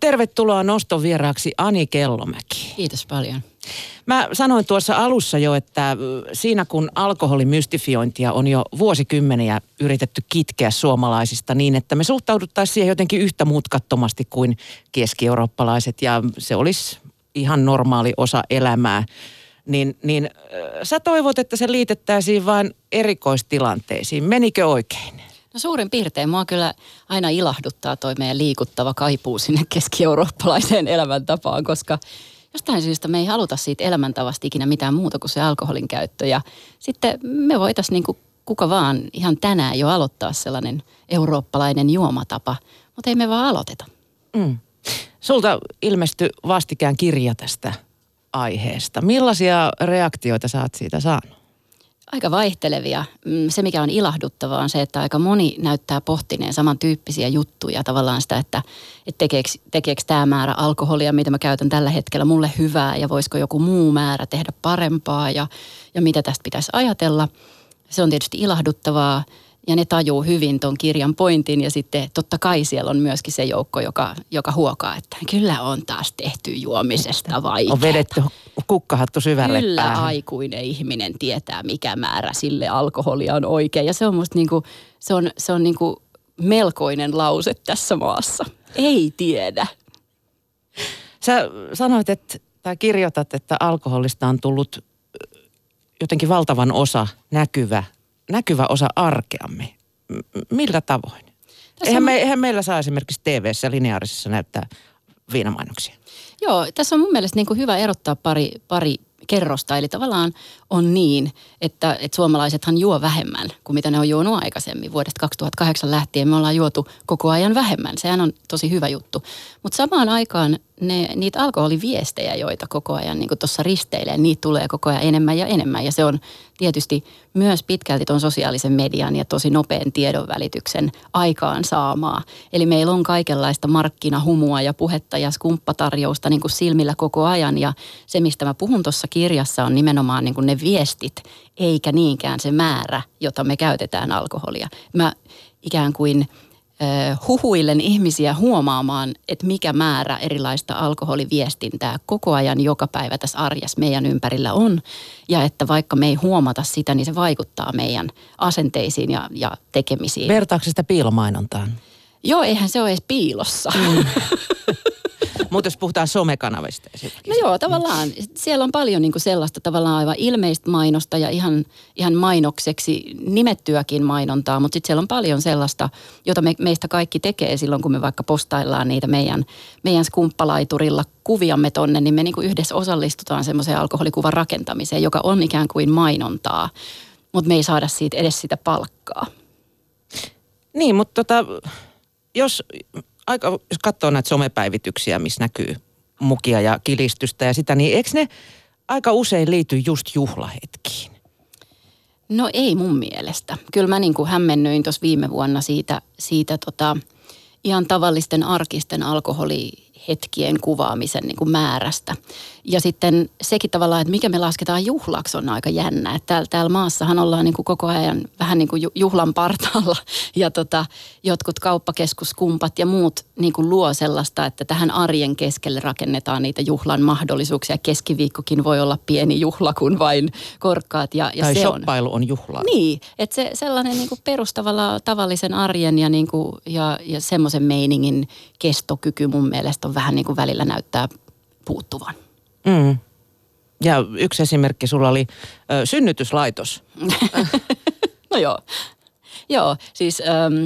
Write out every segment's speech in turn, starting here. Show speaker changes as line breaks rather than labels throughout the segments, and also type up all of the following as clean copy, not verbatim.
tervetuloa noston vieraaksi Ani Kellomäki.
Kiitos paljon.
Mä sanoin tuossa alussa jo, että siinä kun alkoholimystifiointia on jo vuosikymmeniä yritetty kitkeä suomalaisista niin, että me suhtauduttaisiin siihen jotenkin yhtä mutkattomasti kuin keski-eurooppalaiset ja se olisi ihan normaali osa elämää, niin sä toivot, että se liitettäisiin vain erikoistilanteisiin. Menikö oikein?
No suurin piirtein. Mua kyllä aina ilahduttaa toi meidän liikuttava kaipuu sinne keski-eurooppalaiseen elämäntapaan, koska jostain syystä me ei haluta siitä elämäntavasta ikinä mitään muuta kuin se alkoholin käyttö. Ja sitten me voitaisiin niin kuin kuka vaan ihan tänään jo aloittaa sellainen eurooppalainen juomatapa, mutta ei me vaan aloiteta.
Sulta ilmestyi vastikään kirja tästä aiheesta. Millaisia reaktioita sä oot siitä saanut?
Aika vaihtelevia. Se, mikä on ilahduttavaa, on se, että aika moni näyttää pohtineen samantyyppisiä juttuja. Tavallaan sitä, että tekeekö tämä määrä alkoholia, mitä mä käytän tällä hetkellä, mulle hyvää ja voisiko joku muu määrä tehdä parempaa ja mitä tästä pitäisi ajatella. Se on tietysti ilahduttavaa ja ne tajuu hyvin ton kirjan pointin ja sitten totta kai siellä on myöskin se joukko, joka huokaa, että kyllä on taas tehty juomisesta vaikeaa.
On vedetty kukkahattu syvälle
kyllä
päähän.
Aikuinen ihminen tietää, mikä määrä sille alkoholia on oikein. Ja se on musta niinku, se on niinku melkoinen lause tässä maassa. Ei tiedä.
Sä sanoit, tai kirjoitat, että alkoholista on tullut jotenkin valtavan osa näkyvä osa arkeamme. Millä tavoin? Eihän meillä saa esimerkiksi TV:ssä lineaarisessa näyttää viinamainoksia.
Joo, tässä on mun mielestä niin kuin hyvä erottaa pari kerrosta. Eli tavallaan on niin, että suomalaisethan juo vähemmän kuin mitä ne on juonut aikaisemmin. Vuodesta 2008 lähtien me ollaan juotu koko ajan vähemmän. Sehän on tosi hyvä juttu. Mutta samaan aikaan niitä alkoholiviestejä, joita koko ajan niin tuossa risteilee, niitä tulee koko ajan enemmän ja enemmän. Ja se on tietysti myös pitkälti tuon sosiaalisen median ja tosi nopean tiedonvälityksen aikaan saamaa. Eli meillä on kaikenlaista markkinahumua ja puhetta ja skumppatarjousta niin kuin silmillä koko ajan. Ja se, mistä mä puhun tuossa kirjassa, on nimenomaan niin kuin ne viestit, eikä niinkään se määrä, jota me käytetään alkoholia. Mä ikään kuin huhuilen ihmisiä huomaamaan, että mikä määrä erilaista alkoholiviestintää koko ajan joka päivä tässä arjessa meidän ympärillä on. Ja että vaikka me ei huomata sitä, niin se vaikuttaa meidän asenteisiin ja tekemisiin.
Vertaako sitä piilomainontaan?
Joo, eihän se ole edes piilossa.
Mutta jos puhutaan somekanavista esimerkiksi.
No joo, tavallaan. Siellä on paljon niin kuin sellaista tavallaan aivan ilmeistä mainosta ja ihan mainokseksi nimettyäkin mainontaa, mutta sitten siellä on paljon sellaista, jota meistä kaikki tekee silloin, kun me vaikka postaillaan niitä meidän skumppalaiturilla kuviamme tonne, niin me niin kuin yhdessä osallistutaan semmoiseen alkoholikuvan rakentamiseen, joka on ikään kuin mainontaa, mutta me ei saada siitä edes sitä palkkaa.
Niin, mutta jos katsoo näitä somepäivityksiä, missä näkyy mukia ja kilistystä ja sitä, niin eikö ne aika usein liity just juhlahetkiin?
No ei mun mielestä. Kyllä mä niin kuin hämmennyin tuossa viime vuonna siitä ihan tavallisten arkisten alkoholihetkien kuvaamisen niin kuin määrästä. Ja sitten sekin tavallaan, että mikä me lasketaan juhlaksi on aika jännä. Että täällä maassahan ollaan niin kuin koko ajan vähän niin kuin juhlan partaalla. Ja jotkut kauppakeskuskumpat ja muut niin kuin luo sellaista, että tähän arjen keskelle rakennetaan niitä juhlan mahdollisuuksia. Keskiviikkokin voi olla pieni juhla, kun vain korkkaat.
Tai
se
shoppailu on juhlaa.
Niin, että se sellainen niin kuin perustavalla tavallisen arjen ja, niin kuin, ja semmoisen meiningin kestokyky mun mielestä on vähän niin kuin välillä näyttää puuttuvan.
Ja yksi esimerkki, sulla oli synnytyslaitos.
No joo, siis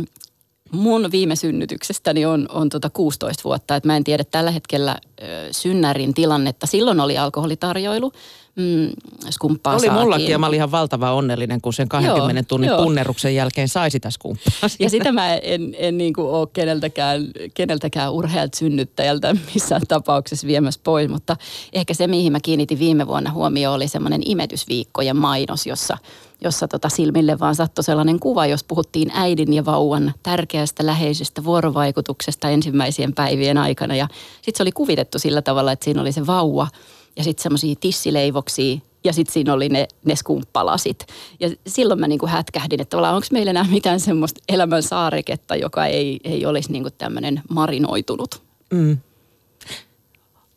mun viime synnytyksestäni on 16 vuotta, että mä en tiedä tällä hetkellä synnärin tilannetta. Silloin oli alkoholitarjoilu, skumppaa
oli
saatiin.
mullakin ja mä olin ihan valtavan onnellinen, kun sen 20 tunnin punnerruksen jälkeen sai sitä skumppaa.
Ja sitä mä en niin kuin ole keneltäkään urhealta synnyttäjältä missään tapauksessa viemässä pois, mutta ehkä se, mihin mä kiinnitin viime vuonna huomioon, oli semmoinen imetysviikkojen mainos, jossa silmille vaan sattui sellainen kuva, jos puhuttiin äidin ja vauvan tärkeästä läheisestä vuorovaikutuksesta ensimmäisien päivien aikana. Ja sitten se oli kuvitettu sillä tavalla, että siinä oli se vauva ja sitten semmoisia tissileivoksia ja sitten siinä oli ne skumppalasit. Ja silloin mä niinku hätkähdin, että tavallaan onko meillä enää mitään semmoista elämän saareketta, joka ei olisi niinku tämmöinen marinoitunut.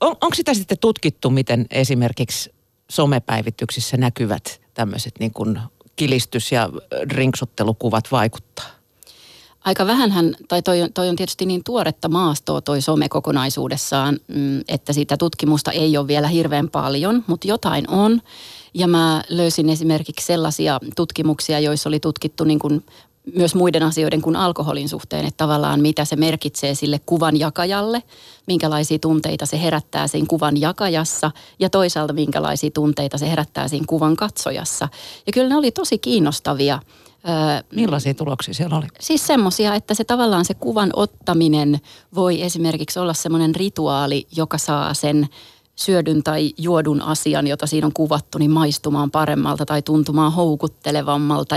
Onko sitä sitten tutkittu, miten esimerkiksi somepäivityksissä näkyvät tämmöiset niin kuin kilistys- ja rinksuttelukuvat vaikuttaa?
Aika vähänhän, tai toi on tietysti niin tuoretta maastoa toi some kokonaisuudessaan, että sitä tutkimusta ei ole vielä hirveän paljon, mutta jotain on. Ja mä löysin esimerkiksi sellaisia tutkimuksia, joissa oli tutkittu niin kuin myös muiden asioiden kuin alkoholin suhteen, että tavallaan mitä se merkitsee sille kuvan jakajalle, minkälaisia tunteita se herättää siinä kuvan jakajassa ja toisaalta minkälaisia tunteita se herättää siinä kuvan katsojassa. Ja kyllä ne oli tosi kiinnostavia.
Millaisia tuloksia siellä oli?
Siis semmoisia, että se tavallaan se kuvan ottaminen voi esimerkiksi olla semmoinen rituaali, joka saa sen syödyn tai juodun asian, jota siinä on kuvattu, niin maistumaan paremmalta tai tuntumaan houkuttelevammalta.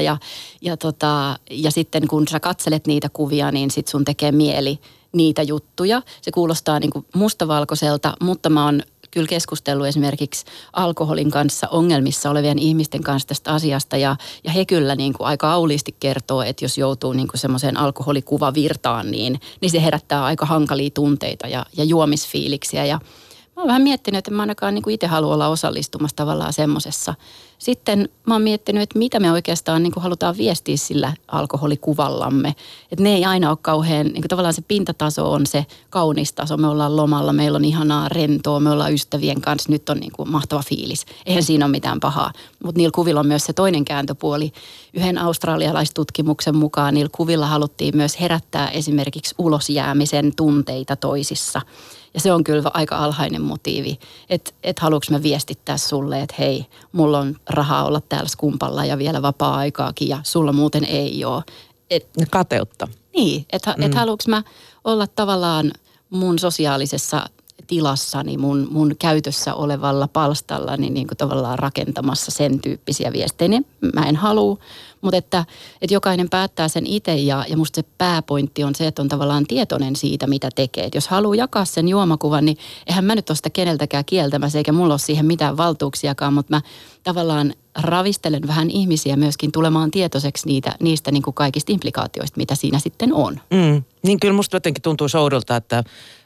Ja sitten kun sä katselet niitä kuvia, niin sit sun tekee mieli niitä juttuja. Se kuulostaa niin kuin mustavalkoiselta, mutta mä oon kyllä keskustellut esimerkiksi alkoholin kanssa ongelmissa olevien ihmisten kanssa tästä asiasta ja he kyllä niin kuin aika auliisti kertoo, että jos joutuu niin kuin semmoiseen alkoholikuvavirtaan, niin se herättää aika hankalia tunteita ja juomisfiiliksiä ja mä oon vähän miettinyt, että mä ainakaan niin kuin itse haluan olla osallistumassa tavallaan semmoisessa. Sitten mä oon miettinyt, että mitä me oikeastaan niin kuin halutaan viestiä sillä alkoholikuvallamme. Että ne ei aina ole kauhean, niin kuin tavallaan se pintataso on se kaunis taso. Me ollaan lomalla, meillä on ihanaa rentoa, me ollaan ystävien kanssa, nyt on niin kuin mahtava fiilis. Eihän siinä ole mitään pahaa. Mutta niillä kuvilla on myös se toinen kääntöpuoli. Yhden australialaistutkimuksen mukaan niillä kuvilla haluttiin myös herättää esimerkiksi ulosjäämisen tunteita toisissa. Ja se on kyllä aika alhainen motiivi, että haluanko mä viestittää sulle, että hei, mulla on rahaa olla täällä skumpalla ja vielä vapaa-aikaakin ja sulla muuten ei ole.
Kateutta.
Niin, että haluanko mä olla tavallaan mun sosiaalisessa tilassani, mun käytössä olevalla palstallani niin kuin tavallaan rakentamassa sen tyyppisiä viestejä. Mä en halua, mutta että jokainen päättää sen itse ja musta se pääpointti on se, että on tavallaan tietoinen siitä, mitä tekee. Et jos haluaa jakaa sen juomakuvan, niin eihän mä nyt ole sitä keneltäkään kieltämässä, eikä mulla ole siihen mitään valtuuksiakaan, mutta mä tavallaan ravistelen vähän ihmisiä myöskin tulemaan tietoiseksi niistä niin kuin kaikista implikaatioista, mitä siinä sitten on.
Niin kyllä musta jotenkin tuntuu oudolta, että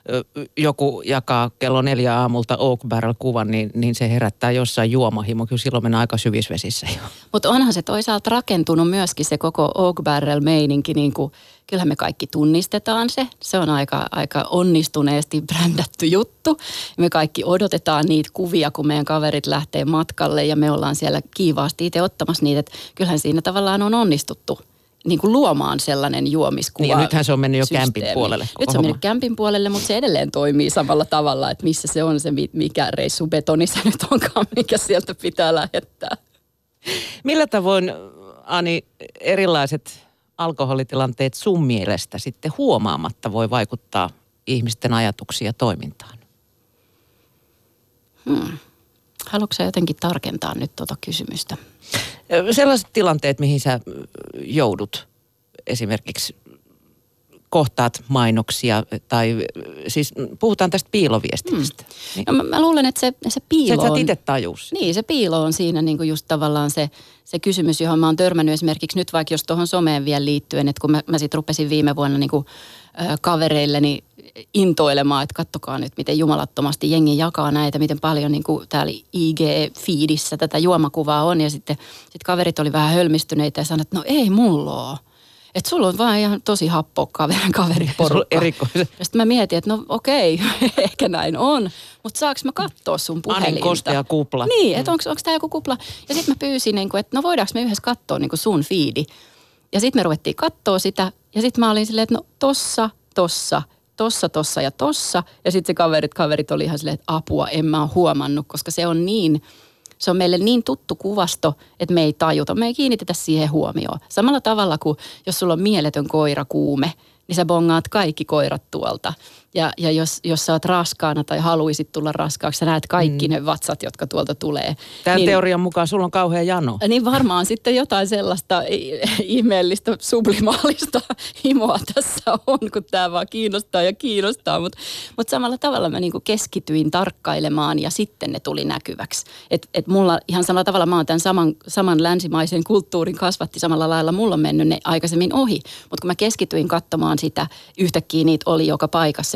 joku jakaa kello 4 aamulta Oak Barrel-kuvan, niin se herättää jossain juomahimo. Kyllä silloin mennään aika syvisvesissä jo.
Mutta onhan se toisaalta rakentunut myöskin se koko Oak Barrel-meininki, niin kuin kyllähän me kaikki tunnistetaan se. Se on aika onnistuneesti brändätty juttu. Me kaikki odotetaan niitä kuvia, kun meidän kaverit lähtee matkalle ja me ollaan siellä kiivaasti itse ottamassa niitä. Et kyllähän siinä tavallaan on onnistuttu niin kuin luomaan sellainen juomiskuva.
Niin ja nythän se on mennyt jo kämpin puolelle.
Nyt se on mennyt kämpin puolelle, mutta se edelleen toimii samalla tavalla, että missä se on se, mikä reissubetoni se nyt onkaan, mikä sieltä pitää lähettää.
Millä tavoin, Ani, erilaiset alkoholitilanteet sun mielestä sitten huomaamatta voi vaikuttaa ihmisten ajatuksiin ja toimintaan?
Haluatko sä jotenkin tarkentaa nyt tuota kysymystä?
Sellaiset tilanteet, mihin sä joudut, esimerkiksi kohtaat mainoksia tai siis puhutaan tästä piiloviestinnästä. Niin.
No, mä luulen, että se piilo
on... Sä et
itse
tajus.
Niin, se piilo on siinä niin kuin just tavallaan se kysymys, johon mä oon törmännyt esimerkiksi nyt vaikka jos tuohon someen vielä liittyen, että kun mä sit rupesin viime vuonna niin kuin kavereilleni intoilemaan, että kattokaa nyt, miten jumalattomasti jengi jakaa näitä, miten paljon niin kuin täällä IG-feedissä tätä juomakuvaa on. Ja sitten kaverit oli vähän hölmistyneitä ja sanoivat, että no ei mulla ole. Että sulla on vaan ihan tosi happoa kaveriporukka. Ja sitten mä mietin, että no okei, ehkä näin on, mutta saanko mä katsoa sun puhelinta?
Anin kostea kupla.
Niin, että onko tää joku kupla? Ja sitten mä pyysin, että no voidaanko me yhdessä katsoa sun feedi? Ja sitten me ruvettiin katsoa sitä ja sitten mä olin silleen, että no tossa ja tossa. Ja sitten se kaverit oli ihan silleen, että apua, en mä ole huomannut, koska se on meille niin tuttu kuvasto, että me ei tajuta, me ei kiinnitetä siihen huomioon. Samalla tavalla kuin jos sulla on mieletön koirakuume, niin sä bongaat kaikki koirat tuolta. Ja jos sä oot raskaana tai haluisit tulla raskaaksi, sä näet kaikki ne vatsat, jotka tuolta tulee.
Tämän teorian mukaan sulla on kauhean jano.
Niin varmaan sitten jotain sellaista ihmeellistä, sublimaalista himoa tässä on, kun tämä vaan kiinnostaa. Mutta samalla tavalla mä niinku keskityin tarkkailemaan ja sitten ne tuli näkyväksi. Et mulla ihan samalla tavalla mä oon tämän saman länsimaisen kulttuurin kasvatti samalla lailla. Mulla on mennyt ne aikaisemmin ohi, mutta kun mä keskityin katsomaan sitä, yhtäkkiä niitä oli joka paikassa.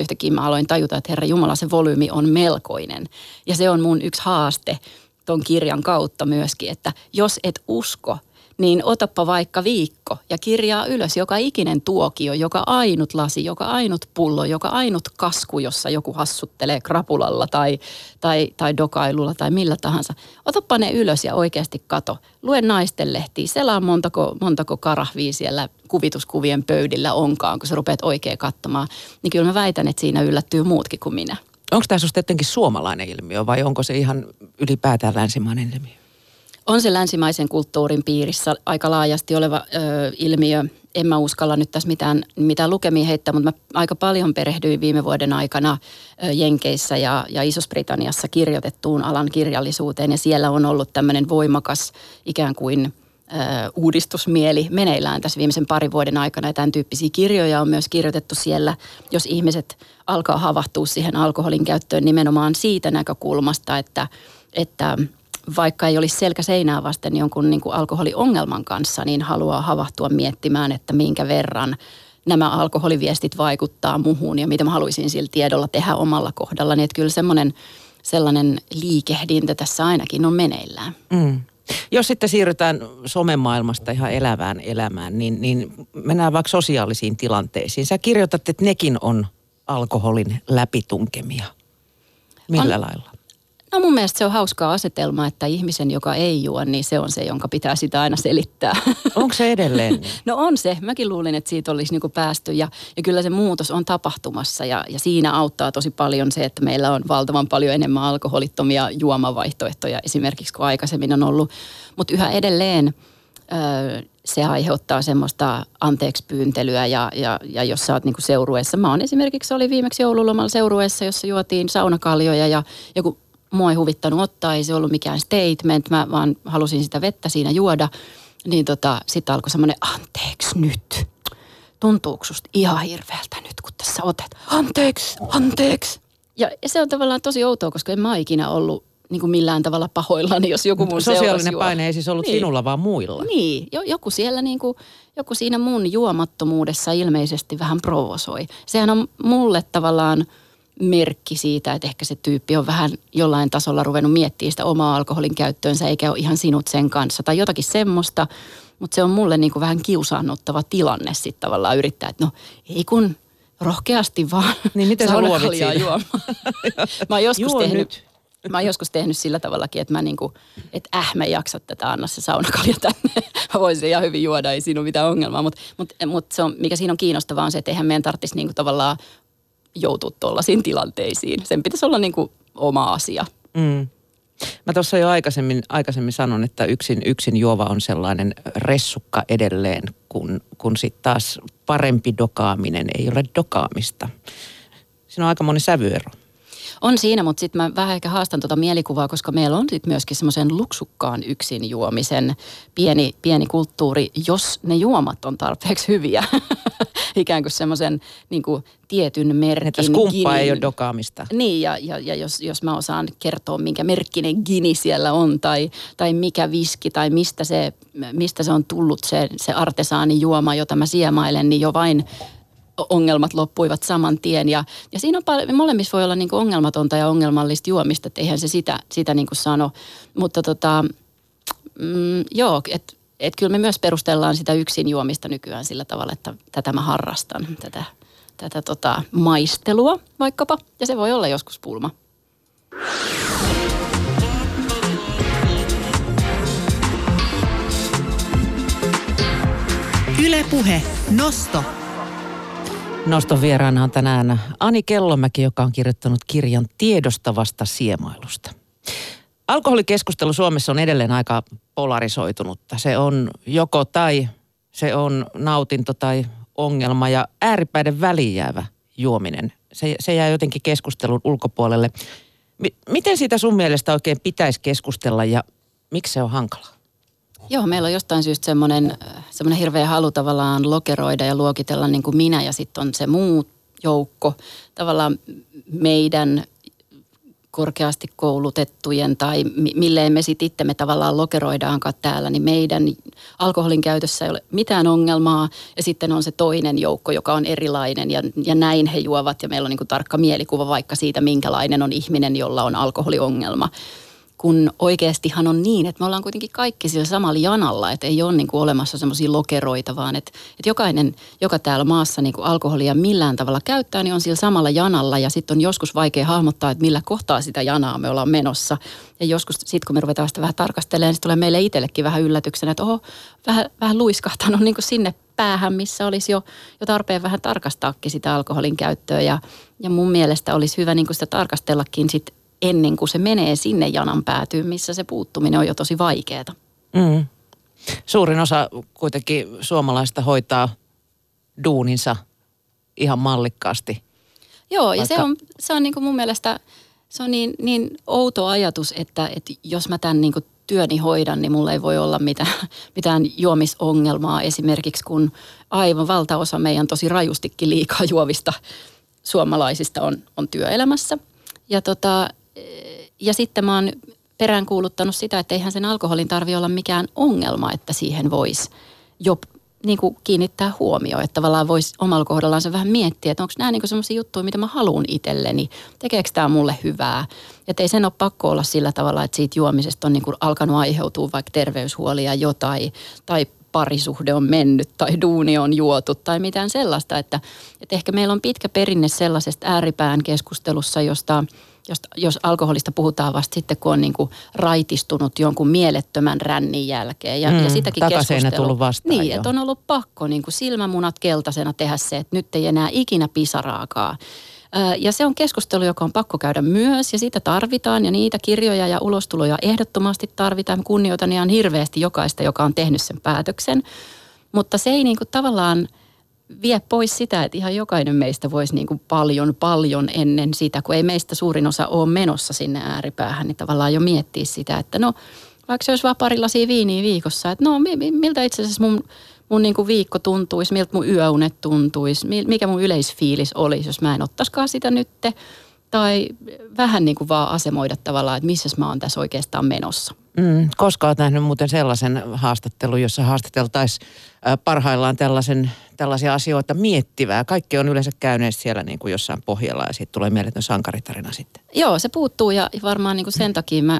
yhtäkkiä mä aloin tajuta, että Herra Jumala, se volyymi on melkoinen. Ja se on mun yksi haaste ton kirjan kautta myöskin, että jos et usko, niin otappa vaikka viikko ja kirjaa ylös joka ikinen tuokio, joka ainut lasi, joka ainut pullo, joka ainut kasku, jossa joku hassuttelee krapulalla tai dokailulla tai millä tahansa. Otappa ne ylös ja oikeasti kato. Lue naistenlehtiä, selaa montako karahvia siellä kuvituskuvien pöydillä onkaan, kun sä rupeat oikein katsomaan. Niin kyllä mä väitän, että siinä yllättyy muutkin kuin minä.
Onko tämä susta jotenkin suomalainen ilmiö vai onko se ihan ylipäätään länsimainen ilmiö?
On se länsimaisen kulttuurin piirissä aika laajasti oleva ilmiö. En mä uskalla nyt tässä mitään lukemia heittää, mutta mä aika paljon perehdyin viime vuoden aikana Jenkeissä ja Isossa-Britanniassa kirjoitettuun alan kirjallisuuteen. Ja siellä on ollut tämmöinen voimakas ikään kuin uudistusmieli meneillään tässä viimeisen parin vuoden aikana. Ja tämän tyyppisiä kirjoja on myös kirjoitettu siellä, jos ihmiset alkaa havahtua siihen alkoholin käyttöön nimenomaan siitä näkökulmasta, että vaikka ei olisi selkä seinää vasten jonkun niin kuin alkoholiongelman kanssa, niin haluaa havahtua miettimään, että minkä verran nämä alkoholiviestit vaikuttaa muhun ja mitä mä haluaisin sillä tiedolla tehdä omalla kohdallani. Että kyllä sellainen liikehdintä tässä ainakin on meneillään. Mm.
Jos sitten siirrytään somemaailmasta ihan elävään elämään, niin mennään vaikka sosiaalisiin tilanteisiin. Sä kirjoitat, että nekin on alkoholin läpitunkemia. Millä lailla?
No mun mielestä se on hauskaa asetelma, että ihmisen, joka ei juo, niin se on se, jonka pitää sitä aina selittää.
Onko se edelleen?
No on se. Mäkin luulin, että siitä olisi niinku päästy ja kyllä se muutos on tapahtumassa ja siinä auttaa tosi paljon se, että meillä on valtavan paljon enemmän alkoholittomia juomavaihtoehtoja esimerkiksi kuin aikaisemmin on ollut. Mutta yhä edelleen se aiheuttaa semmoista anteekspyyntelyä ja jos sä oot niinku seurueessa. Mä oon esimerkiksi, oli viimeksi joululomalla seurueessa, jossa juotiin saunakaljoja ja joku mua ei huvittanut ottaa, ei se ollut mikään statement, mä vaan halusin sitä vettä siinä juoda. Niin sitten alkoi semmoinen, anteeksi nyt. Tuntuuko susta ihan hirveältä nyt, kun tässä otat? Anteeksi. Ja se on tavallaan tosi outoa, koska en mä ikinä ollut niin kuin millään tavalla pahoillani, jos joku mun
sosiaalinen paine ei siis ollut sinulla, vaan muilla.
Niin, joku siellä joku siinä mun juomattomuudessa ilmeisesti vähän provosoi. Sehän on mulle tavallaan merkki siitä, että ehkä se tyyppi on vähän jollain tasolla ruvennut miettimään sitä omaa alkoholin käyttöönsä, eikä ole ihan sinut sen kanssa tai jotakin semmoista, mutta se on mulle niin kuin vähän kiusaannuttava tilanne sitten tavallaan yrittää, että no ei kun rohkeasti vaan
niin miten sä luovit siinä?
Juomaan. Mä oon joskus tehnyt sillä tavallakin, että mä mä en jaksa tätä, anna se saunakalja tänne. Mä voisin ihan hyvin juoda, ei siinä ole mitään ongelmaa, mutta se on, mikä siinä on kiinnostavaa on se, että eihän meidän tarvitsisi niinku tavallaan joutua tuollaisiin tilanteisiin. Sen pitäisi olla niinku oma asia. Mm.
Mä tuossa jo aikaisemmin sanon, että yksin juova on sellainen ressukka edelleen, kun sitten taas parempi dokaaminen ei ole dokaamista. Siinä on aika moni sävyero.
On siinä, mutta sitten mä vähän ehkä haastan tuota mielikuvaa, koska meillä on sitten myöskin semmoisen luksukkaan yksin juomisen pieni kulttuuri, jos ne juomat on tarpeeksi hyviä. Ikään kuin semmoisen niin kuin tietyn merkin.
Että skumppa ei ole dokaamista.
Niin, ja jos mä osaan kertoa, minkä merkkinen gini siellä on, tai mikä viski, tai mistä se on tullut se artesaanijuoma, jota mä siemailen, niin jo vain ongelmat loppuivat saman tien. Ja siinä on molemmissa voi olla niin kuin ongelmatonta ja ongelmallista juomista, että eihän se sitä niin kuin sano. Mutta joo, että kyllä me myös perustellaan sitä yksin juomista nykyään sillä tavalla, että tätä mä harrastan, tätä maistelua vaikkapa, ja se voi olla joskus pulma.
Yle Puhe. Nosto.
Noston vieraana on tänään Ani Kellomäki, joka on kirjoittanut kirjan tiedostavasta siemailusta. Alkoholikeskustelu Suomessa on edelleen aika polarisoitunutta. Se on joko tai, se on nautinto tai ongelma ja ääripäiden väliin jäävä juominen. Se jää jotenkin keskustelun ulkopuolelle. Miten siitä sun mielestä oikein pitäisi keskustella ja miksi se on hankalaa?
Joo, meillä on jostain syystä semmoinen hirveä halu tavallaan lokeroida ja luokitella niin kuin minä ja sitten on se muu joukko. Tavallaan meidän korkeasti koulutettujen tai milleen me sitten itse me tavallaan lokeroidaankaan täällä, niin meidän alkoholin käytössä ei ole mitään ongelmaa. Ja sitten on se toinen joukko, joka on erilainen ja näin he juovat ja meillä on niin kuin tarkka mielikuva vaikka siitä, minkälainen on ihminen, jolla on alkoholiongelma. Kun oikeastihan on niin, että me ollaan kuitenkin kaikki sillä samalla janalla, että ei ole niin kuin olemassa semmoisia lokeroita, vaan että jokainen, joka täällä maassa niin kuin alkoholia millään tavalla käyttää, niin on sillä samalla janalla ja sitten on joskus vaikea hahmottaa, että millä kohtaa sitä janaa me ollaan menossa. Ja joskus sitten, kun me ruvetaan sitä vähän tarkastelemaan, niin tulee meille itsellekin vähän yllätyksenä, että vähän luiskahtanut niin kuin sinne päähän, missä olisi jo tarpeen vähän tarkastaakin sitä alkoholin käyttöä. Ja mun mielestä olisi hyvä niin kuin sitä tarkastellakin sitten ennen kuin se menee sinne janan päätyyn, missä se puuttuminen on jo tosi vaikeaa.
Mm. Suurin osa kuitenkin suomalaista hoitaa duuninsa ihan mallikkaasti.
Joo, ja se on niin kuin mun mielestä se on niin outo ajatus, että jos mä tämän niin kuin työni hoidan, niin mulla ei voi olla mitään juomisongelmaa. Esimerkiksi kun aivan valtaosa meidän tosi rajustikin liikaa juovista suomalaisista on työelämässä. Ja sitten mä oon peräänkuuluttanut sitä, että eihän sen alkoholin tarvitse olla mikään ongelma, että siihen voisi jo niin kuin kiinnittää huomioon. Että tavallaan voisi omalla kohdallaan se vähän miettiä, että onko nämä niin kuin sellaisia juttuja, mitä mä haluan itselleni. Tekeekö tämä mulle hyvää? Että ei sen ole pakko olla sillä tavalla, että siitä juomisesta on niin kuin alkanut aiheutua vaikka terveyshuolia jotain tai parisuhde on mennyt tai duuni on juotu tai mitään sellaista. Että ehkä meillä on pitkä perinne sellaisesta ääripään keskustelussa, jos alkoholista puhutaan vasta sitten, kun on niin kuin raitistunut jonkun mielettömän rännin jälkeen. Ja sitäkin
takaseinä tullut vastaan.
Niin, että on ollut pakko niin kuin silmämunat keltaisena tehdä se, että nyt ei enää ikinä pisaraakaan. Ja se on keskustelu, joka on pakko käydä myös ja sitä tarvitaan ja niitä kirjoja ja ulostuloja ehdottomasti tarvitaan. Kunnioitan ihan hirveästi jokaista, joka on tehnyt sen päätöksen, mutta se ei niin kuin tavallaan vie pois sitä, että ihan jokainen meistä voisi niin kuin paljon ennen sitä, kun ei meistä suurin osa ole menossa sinne ääripäähän, niin tavallaan jo miettiä sitä, että no vaikka se olisi vaan pari lasia viiniä viikossa, että no miltä itse asiassa mun niin kuin viikko tuntuisi, miltä mun yöunet tuntuisi, mikä mun yleisfiilis olisi, jos mä en ottaisikaan sitä nytte. Tai vähän niin kuin vaan asemoida tavallaan, että missä mä oon tässä oikeastaan menossa.
Koska olet nähnyt muuten sellaisen haastattelun, jossa haastateltaisiin parhaillaan tällaisia asioita miettivää. Kaikki on yleensä käyneet siellä niin kuin jossain pohjalla ja siitä tulee mieletön sankaritarina sitten.
Joo, se puuttuu ja varmaan niin kuin sen takia mä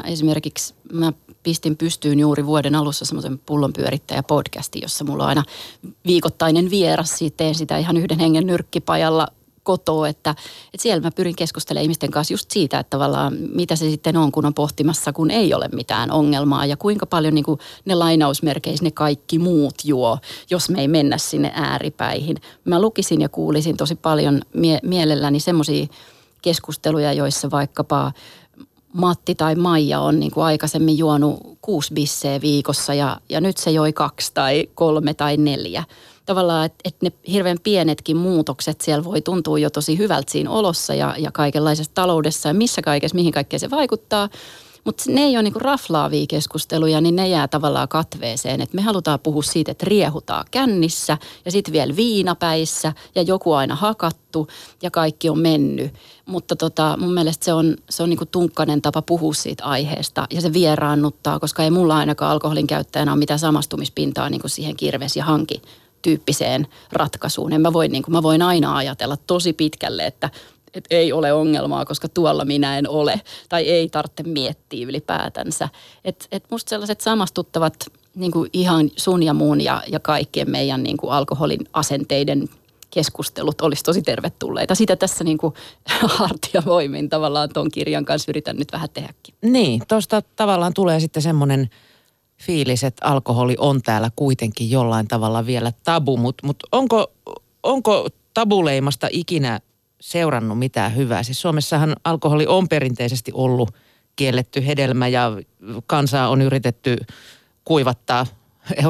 pistin pystyyn juuri vuoden alussa semmoisen pullonpyörittäjä-podcastin, jossa mulla on aina viikoittainen vieras. Siitä teen sitä ihan yhden hengen nyrkkipajalla kotoa, että siellä mä pyrin keskustelemaan ihmisten kanssa just siitä, että tavallaan mitä se sitten on, kun on pohtimassa, kun ei ole mitään ongelmaa ja kuinka paljon niin kuin ne lainausmerkeissä ne kaikki muut juo, jos me ei mennä sinne ääripäihin. Mä lukisin ja kuulisin tosi paljon mielelläni semmoisia keskusteluja, joissa vaikkapa Matti tai Maija on niin kuin aikaisemmin juonut 6 bisseä viikossa ja nyt se joi 2 tai 3 tai 4. Tavallaan, että ne hirveän pienetkin muutokset siellä voi tuntua jo tosi hyvältä siinä olossa ja kaikenlaisessa taloudessa ja mihin kaikkeen se vaikuttaa. Mutta ne ei ole niinku raflaavia keskusteluja, niin ne jää tavallaan katveeseen. Et me halutaan puhua siitä, että riehutaan kännissä ja sitten vielä viinapäissä ja joku aina hakattu ja kaikki on mennyt. Mutta mun mielestä se on niinku tunkkainen tapa puhua siitä aiheesta ja se vieraannuttaa, koska ei mulla ainakaan alkoholin käyttäjänä ole mitään samastumispintaa niinku siihen kirves ja hanki tyyppiseen ratkaisuun. Mä voin aina ajatella tosi pitkälle, että ei ole ongelmaa, koska tuolla minä en ole. Tai ei tarvitse miettiä ylipäätänsä. Et musta sellaiset samastuttavat niin kuin ihan sun ja muun ja kaikkien meidän niin kuin alkoholin asenteiden keskustelut olisi tosi tervetulleita. Sitä tässä niin kuin hartiavoimin tavallaan tuon kirjan kanssa yritän nyt vähän tehdäkin.
Niin, tuosta tavallaan tulee sitten semmoinen fiilis, että alkoholi on täällä kuitenkin jollain tavalla vielä tabu, mutta onko tabuleimasta ikinä seurannut mitään hyvää? Siis Suomessahan alkoholi on perinteisesti ollut kielletty hedelmä ja kansaa on yritetty kuivattaa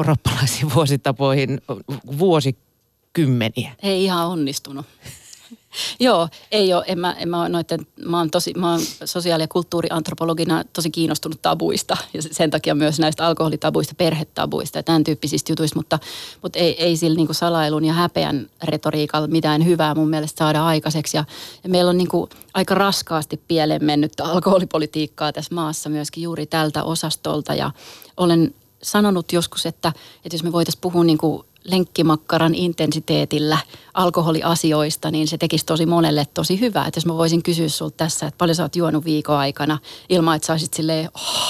eurooppalaisiin vuositapoihin vuosikymmeniä.
Ei ihan onnistunut. Joo, ei ole. Mä oon sosiaali- ja kulttuuriantropologina tosi kiinnostunut tabuista ja sen takia myös näistä alkoholitabuista, perhetabuista ja tämän tyyppisistä jutuista, mutta ei sillä niin kuin salailun ja häpeän retoriikalla mitään hyvää mun mielestä saada aikaiseksi. Ja meillä on niin kuin aika raskaasti pieleen mennyttä alkoholipolitiikkaa tässä maassa myöskin juuri tältä osastolta ja olen sanonut joskus, että jos me voitaisiin puhua niin kuin lenkkimakkaran intensiteetillä alkoholiasioista, niin se tekisi tosi monelle tosi hyvää. Että jos mä voisin kysyä sulta tässä, että paljon sä oot juonut viikon aikana ilman, että sä olisit silleen,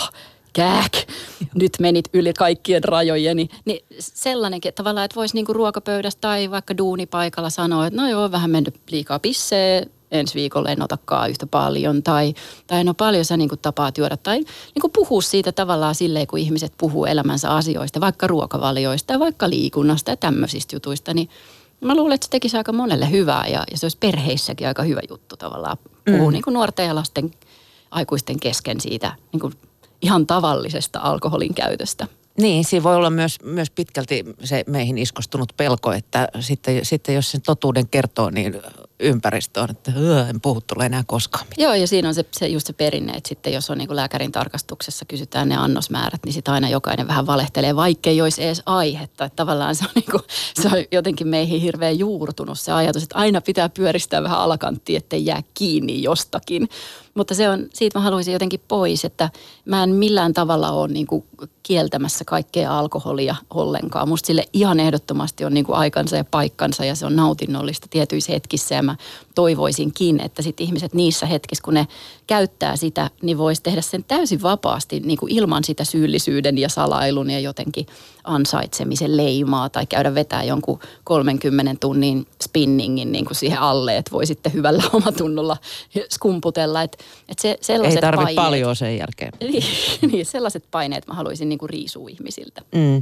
nyt menit yli kaikkien rajojen. Niin sellainenkin, että tavallaan, että voisi niinku ruokapöydässä tai vaikka duunipaikalla sanoa, että no joo, vähän mennyt liikaa pissee, ensi viikolla en otakaan yhtä paljon tai no paljon sä niinku tapaat juoda tai niinku puhua siitä tavallaan silleen, kun ihmiset puhuu elämänsä asioista, vaikka ruokavalioista ja vaikka liikunnasta ja tämmöisistä jutuista, niin mä luulen, että se tekisi aika monelle hyvää ja se olisi perheissäkin aika hyvä juttu tavallaan puhua niinku nuorten ja lasten aikuisten kesken siitä niinku ihan tavallisesta alkoholin käytöstä.
Niin, siinä voi olla myös pitkälti se meihin iskostunut pelko, että sitten jos sen totuuden kertoo, niin ympäristö on, että en puhu tulee enää koskaan mitään.
Joo, ja siinä on just se perinne, että sitten jos on niin kuin lääkärin tarkastuksessa kysytään ne annosmäärät, niin sitten aina jokainen vähän valehtelee, vaikkei olisi edes aihetta. Että tavallaan se on jotenkin meihin hirveän juurtunut se ajatus, että aina pitää pyöristää vähän alakanttiin, ettei jää kiinni jostakin. Mutta siitä mä haluaisin jotenkin pois, että mä en millään tavalla ole niin kuin kieltämässä kaikkea alkoholia ollenkaan. Musta sille ihan ehdottomasti on niin kuin aikansa ja paikkansa ja se on nautinnollista tietyissä hetkissä ja mä toivoisinkin, että sit ihmiset niissä hetkissä, kun ne käyttää sitä, niin voisi tehdä sen täysin vapaasti niin kuin ilman sitä syyllisyyden ja salailun ja jotenkin ansaitsemisen leimaa tai käydä vetää jonkun 30 tunnin spinningin niin kuin siihen alle, että voi sitten hyvällä omatunnolla skumputella.
Ei tarvitse paljon sen jälkeen.
Niin, sellaiset paineet mä haluaisin niin kuin riisua ihmisiltä.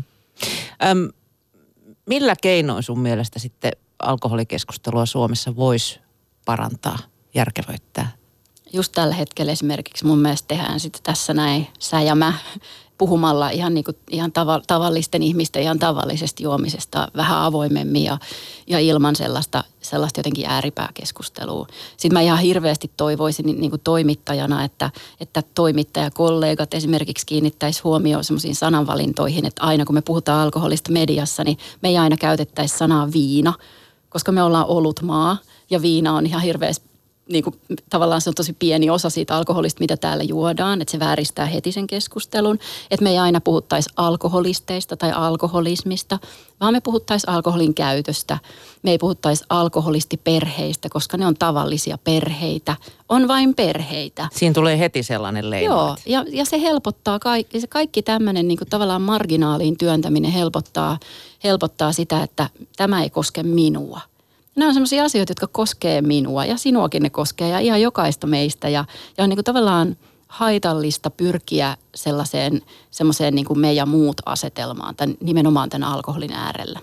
Millä keinoin sun mielestä sitten alkoholikeskustelua Suomessa voisi parantaa, järkevöittää?
Just tällä hetkellä esimerkiksi mun mielestä tehdään sitten tässä näin sä ja mä puhumalla ihan tavallisten ihmisten ihan tavallisesta juomisesta vähän avoimemmin ja ilman sellaista jotenkin ääripääkeskustelua. Sitten mä ihan hirveästi toivoisin niin kuin toimittajana, että toimittajakollegat esimerkiksi kiinnittäisi huomioon semmoisiin sananvalintoihin, että aina kun me puhutaan alkoholista mediassa, niin me ei aina käytettäisi sanaa viina, koska me ollaan olutmaa ja viina on ihan hirveästi niin kuin, tavallaan se on tosi pieni osa siitä alkoholista, mitä täällä juodaan, että se vääristää heti sen keskustelun. Että me ei aina puhuttaisi alkoholisteista tai alkoholismista, vaan me puhuttaisiin alkoholin käytöstä. Me ei puhuttaisi alkoholistiperheistä, koska ne on tavallisia perheitä. On vain perheitä.
Siinä tulee heti sellainen leima.
Joo, ja se helpottaa kaikki tämmöinen niin kuin tavallaan marginaaliin työntäminen helpottaa sitä, että tämä ei koske minua. Nämä on sellaisia asioita, jotka koskee minua ja sinuakin ne koskee ja ihan jokaista meistä. Ja on niin kuin tavallaan haitallista pyrkiä semmoiseen niin kuin me ja muut asetelmaan, nimenomaan tämän alkoholin äärellä.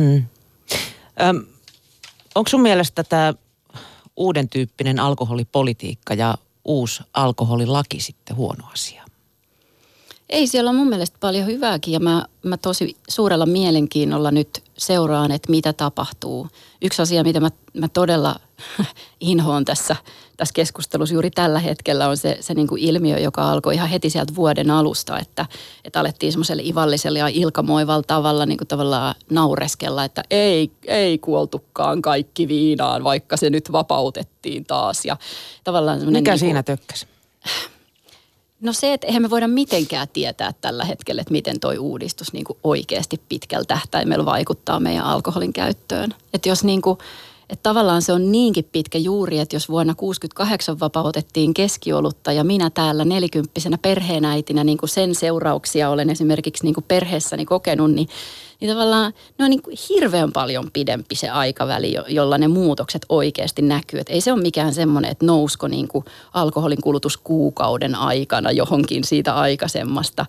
Onko sun mielestä tämä uuden tyyppinen alkoholipolitiikka ja uusi alkoholilaki sitten huono asia?
Ei, siellä on mun mielestä paljon hyvääkin ja mä tosi suurella mielenkiinnolla nyt seuraan, että mitä tapahtuu. Yksi asia, mitä mä todella inhoon tässä keskustelussa juuri tällä hetkellä on se niin kuin ilmiö, joka alkoi ihan heti sieltä vuoden alusta, että alettiin semmoiselle ivalliselle ja ilkamoivalla tavalla niin kuin tavallaan naureskella, että ei kuoltukaan kaikki viinaan, vaikka se nyt vapautettiin taas. Ja tavallaan
mikä niin siinä tökkäsi?
No se, että eihän me voida mitenkään tietää tällä hetkellä, että miten toi uudistus niin kuin oikeasti pitkällä tähtäimellä vaikuttaa meidän alkoholin käyttöön. Että jos niin kuin, että tavallaan se on niinkin pitkä juuri, että jos vuonna 1968 vapautettiin keskiolutta ja minä täällä 40-vuotiaana perheenäitinä niin kuin sen seurauksia olen esimerkiksi niin kuin perheessäni kokenut, niin tavallaan ne on niin kuin hirveän paljon pidempi se aikaväli, jolla ne muutokset oikeasti näkyy. Et ei se ole mikään semmoinen, että nousko niin kuin alkoholin kulutus kuukauden aikana johonkin siitä aikaisemmasta.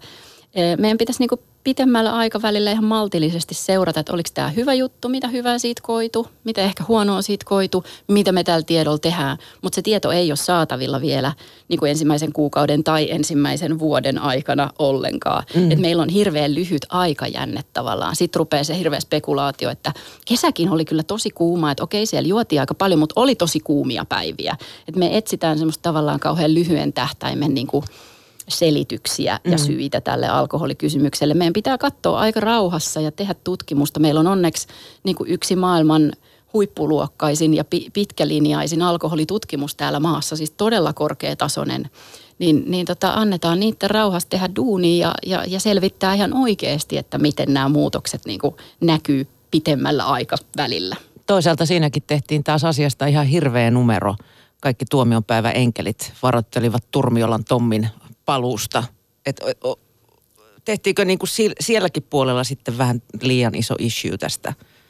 Meidän pitäisi niin kuin pitemmällä aikavälillä ihan maltillisesti seurata, että oliko tämä hyvä juttu, mitä hyvää siitä koitu, mitä ehkä huonoa siitä koitu, mitä me tällä tiedolla tehdään. Mutta se tieto ei ole saatavilla vielä niin kuin ensimmäisen kuukauden tai ensimmäisen vuoden aikana ollenkaan. Et meillä on hirveän lyhyt aikajänne tavallaan. Sitten rupeaa se hirveä spekulaatio, että kesäkin oli kyllä tosi kuuma, että okei siellä juotiin aika paljon, mutta oli tosi kuumia päiviä. Et me etsitään semmoista tavallaan kauhean lyhyen tähtäimen niin kuin selityksiä ja syitä tälle alkoholikysymykselle. Meidän pitää katsoa aika rauhassa ja tehdä tutkimusta. Meillä on onneksi niin kuin yksi maailman huippuluokkaisin ja pitkälinjaisin alkoholitutkimus täällä maassa, siis todella korkeatasoinen. Annetaan niiden rauhassa tehdä duunia ja selvittää ihan oikeasti, että miten nämä muutokset niin kuin näkyy pitemmällä aikavälillä.
Toisaalta siinäkin tehtiin taas asiasta ihan hirveä numero. Kaikki tuomionpäivän enkelit varoittelivat Turmiolan Tommin paluusta. Tehtiinkö niin kuin sielläkin puolella sitten vähän liian iso issue tästä?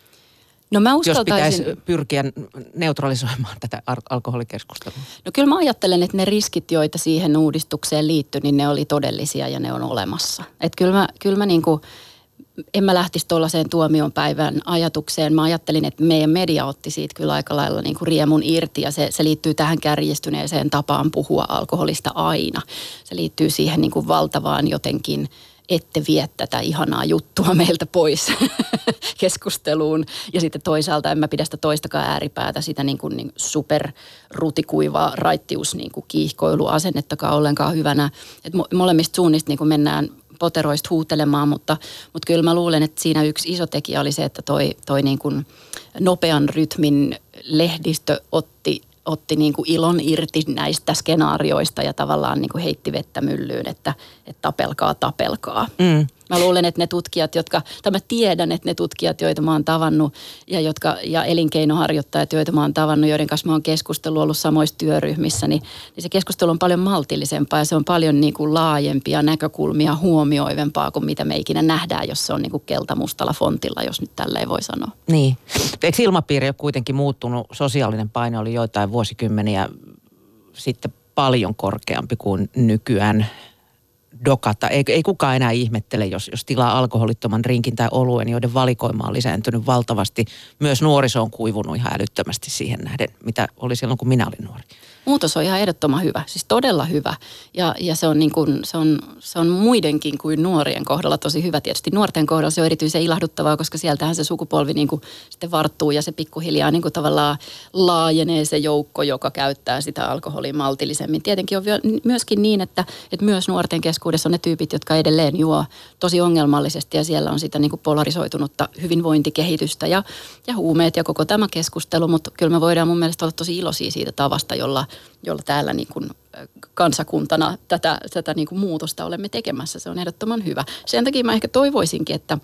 No mä
jos pitäisi pyrkiä neutralisoimaan tätä alkoholikeskustelua.
No kyllä mä ajattelen, että ne riskit, joita siihen uudistukseen liittyi, niin ne oli todellisia ja ne on olemassa. Että kyllä mä niin kuin, en mä lähtisi tuollaiseen tuomionpäivän ajatukseen. Mä ajattelin, että meidän media otti siitä kyllä aika lailla niin kuin riemun irti ja se liittyy tähän kärjistyneeseen tapaan puhua alkoholista aina. Se liittyy siihen niin kuin valtavaan jotenkin, ette vie tätä ihanaa juttua meiltä pois keskusteluun. Ja sitten toisaalta en mä pidä sitä toistakaan ääripäätä, sitä niin kuin superrutikuivaa raittius niin kuin kiihkoiluasennettakaan ollenkaan hyvänä. Että molemmista suunnista niin kuin mennään poteroista huutelemaan, mutta kyllä mä luulen, että siinä yksi iso tekijä oli se, että toi niin kuin nopean rytmin lehdistö otti niin kuin ilon irti näistä skenaarioista ja tavallaan niin kuin heitti vettä myllyyn, että tapelkaa. Mä luulen, että ne tutkijat, mä tiedän, että ne tutkijat, joita mä oon tavannut ja elinkeinoharjoittajat, joita mä oon tavannut, joiden kanssa mä oon keskustellut ollut samoissa työryhmissä, niin se keskustelu on paljon maltillisempaa ja se on paljon niin kuin laajempia näkökulmia huomioivempaa kuin mitä me ikinä nähdään, jos se on niin kuin keltamustalla fontilla, jos nyt tälleen voi sanoa.
Niin. Eikö ilmapiiri ole kuitenkin muuttunut? Sosiaalinen paine oli joitain vuosikymmeniä sitten paljon korkeampi kuin nykyään. Dokata. Ei kukaan enää ihmettele, jos tilaa alkoholittoman rinkin tai oluen, joiden valikoima on lisääntynyt valtavasti. Myös nuoriso on kuivunut ihan älyttömästi siihen nähden, mitä oli silloin, kun minä olin nuori.
Muutos on ihan ehdottoman hyvä, siis todella hyvä. Ja se on, niin kuin, se on muidenkin kuin nuorien kohdalla tosi hyvä. Tietysti nuorten kohdalla se on erityisen ilahduttavaa, koska sieltähän se sukupolvi niin kuin sitten varttuu ja se pikkuhiljaa niin kuin tavallaan laajenee se joukko, joka käyttää sitä alkoholia maltillisemmin. Tietenkin on myöskin niin, että myös nuorten keskuudessa on ne tyypit, jotka edelleen juo tosi ongelmallisesti ja siellä on sitä niin kuin polarisoitunutta hyvinvointikehitystä ja huumeet ja koko tämä keskustelu, mutta kyllä me voidaan mun mielestä olla tosi iloisia siitä tavasta, jolla täällä niin kuin kansakuntana tätä niin kuin muutosta olemme tekemässä. Se on ehdottoman hyvä. Sen takia mä ehkä toivoisinkin, että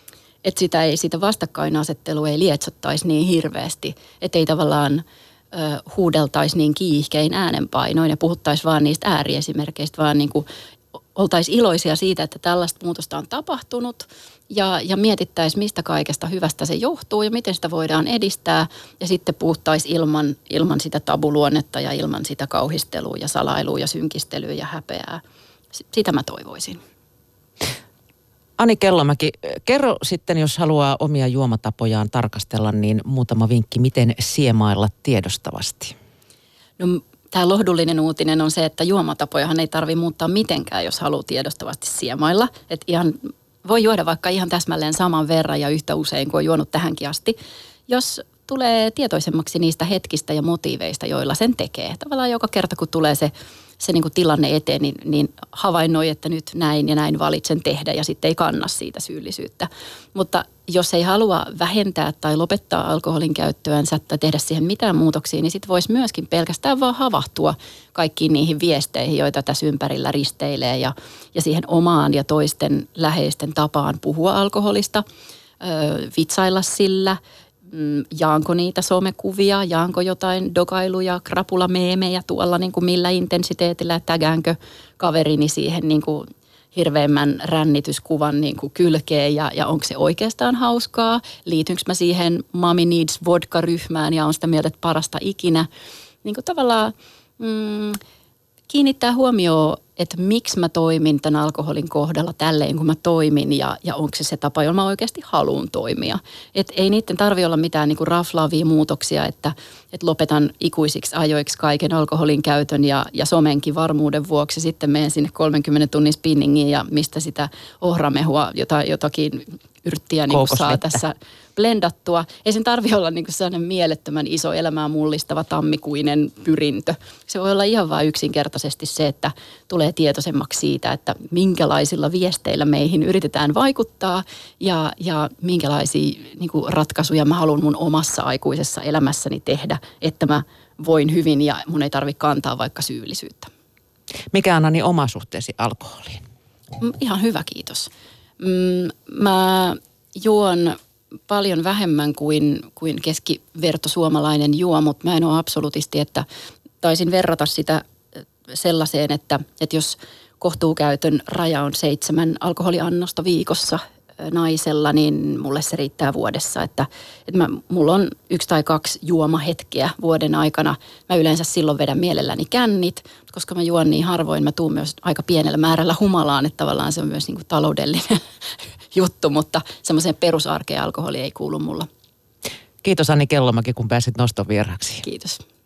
sitä vastakkainasettelua ei lietsottaisi niin hirveästi, että ei tavallaan huudeltaisi niin kiihkein äänenpainoin ja puhuttaisi vaan niistä ääriesimerkkeistä, vaan niin kuin oltaisiin iloisia siitä, että tällaista muutosta on tapahtunut ja mietittäisiin, mistä kaikesta hyvästä se johtuu ja miten sitä voidaan edistää. Ja sitten puhuttaisiin ilman sitä tabuluonnetta ja ilman sitä kauhistelua ja salailua ja synkistelyä ja häpeää. Sitä mä toivoisin.
Ani Kellomäki, kerro sitten, jos haluaa omia juomatapojaan tarkastella, niin muutama vinkki, miten siemailla tiedostavasti?
No, tämä lohdullinen uutinen on se, että juomatapojahan ei tarvitse muuttaa mitenkään, jos haluaa tiedostavasti siemailla. Että ihan voi juoda vaikka ihan täsmälleen saman verran ja yhtä usein kuin on juonut tähänkin asti, jos tulee tietoisemmaksi niistä hetkistä ja motiiveista, joilla sen tekee. Tavallaan joka kerta, kun tulee se niin kuin tilanne eteen, niin havainnoi, että nyt näin ja näin valitsen tehdä ja sitten ei kanna siitä syyllisyyttä. Mutta jos ei halua vähentää tai lopettaa alkoholin käyttöänsä tai tehdä siihen mitään muutoksia, niin sitten voisi myöskin pelkästään vaan havahtua kaikkiin niihin viesteihin, joita tässä ympärillä risteilee ja siihen omaan ja toisten läheisten tapaan puhua alkoholista, vitsailla sillä. Jaanko niitä somekuvia, jaanko jotain dokailuja, krapulameemejä tuolla niin kuin millä intensiteetillä, tägäänkö kaverini siihen niin kuin hirveämmän rännityskuvan niin kuin kylkeen ja onko se oikeastaan hauskaa, liitynkö mä siihen Mommy Needs vodka-ryhmään ja on sitä mieltä, että parasta ikinä. Niin kuin tavallaan kiinnittää huomioon että miksi mä toimin tämän alkoholin kohdalla tälleen, kun mä toimin ja onko se tapa, jolla mä oikeasti haluan toimia. Että ei niiden tarvitse olla mitään niinku raflaavia muutoksia, että lopetan ikuisiksi ajoiksi kaiken alkoholin käytön ja somenkin varmuuden vuoksi. Sitten menen sinne 30 tunnin spinningiin ja mistä sitä ohramehua, jotakin yrttiä niin saa tässä blendattua. Ei sen tarvitse olla niin kuin sellainen mielettömän iso elämää mullistava tammikuinen pyrintö. Se voi olla ihan vain yksinkertaisesti se, että tulee tietoisemmaksi siitä, että minkälaisilla viesteillä meihin yritetään vaikuttaa ja minkälaisia niin kuin ratkaisuja mä haluan mun omassa aikuisessa elämässäni tehdä, että mä voin hyvin ja mun ei tarvitse kantaa vaikka syyllisyyttä.
Mikä on Ani oma suhteesi alkoholiin?
Ihan hyvä, kiitos. Mä juon paljon vähemmän kuin keskiverto suomalainen juo, mutta mä en ole absolutisti, että taisin verrata sitä sellaiseen, että jos kohtuukäytön raja on 7 alkoholiannosta viikossa naisella, niin mulle se riittää vuodessa. Että mulla on 1 tai 2 juomahetkeä vuoden aikana. Mä yleensä silloin vedän mielelläni kännit, koska mä juon niin harvoin. Mä tuun myös aika pienellä määrällä humalaan, että tavallaan se on myös niin kuin taloudellinen juttu, mutta semmoiseen perusarkeen alkoholi ei kuulu mulla.
Kiitos Anni Kellomäki, kun pääsit noston vieraksi.
Kiitos.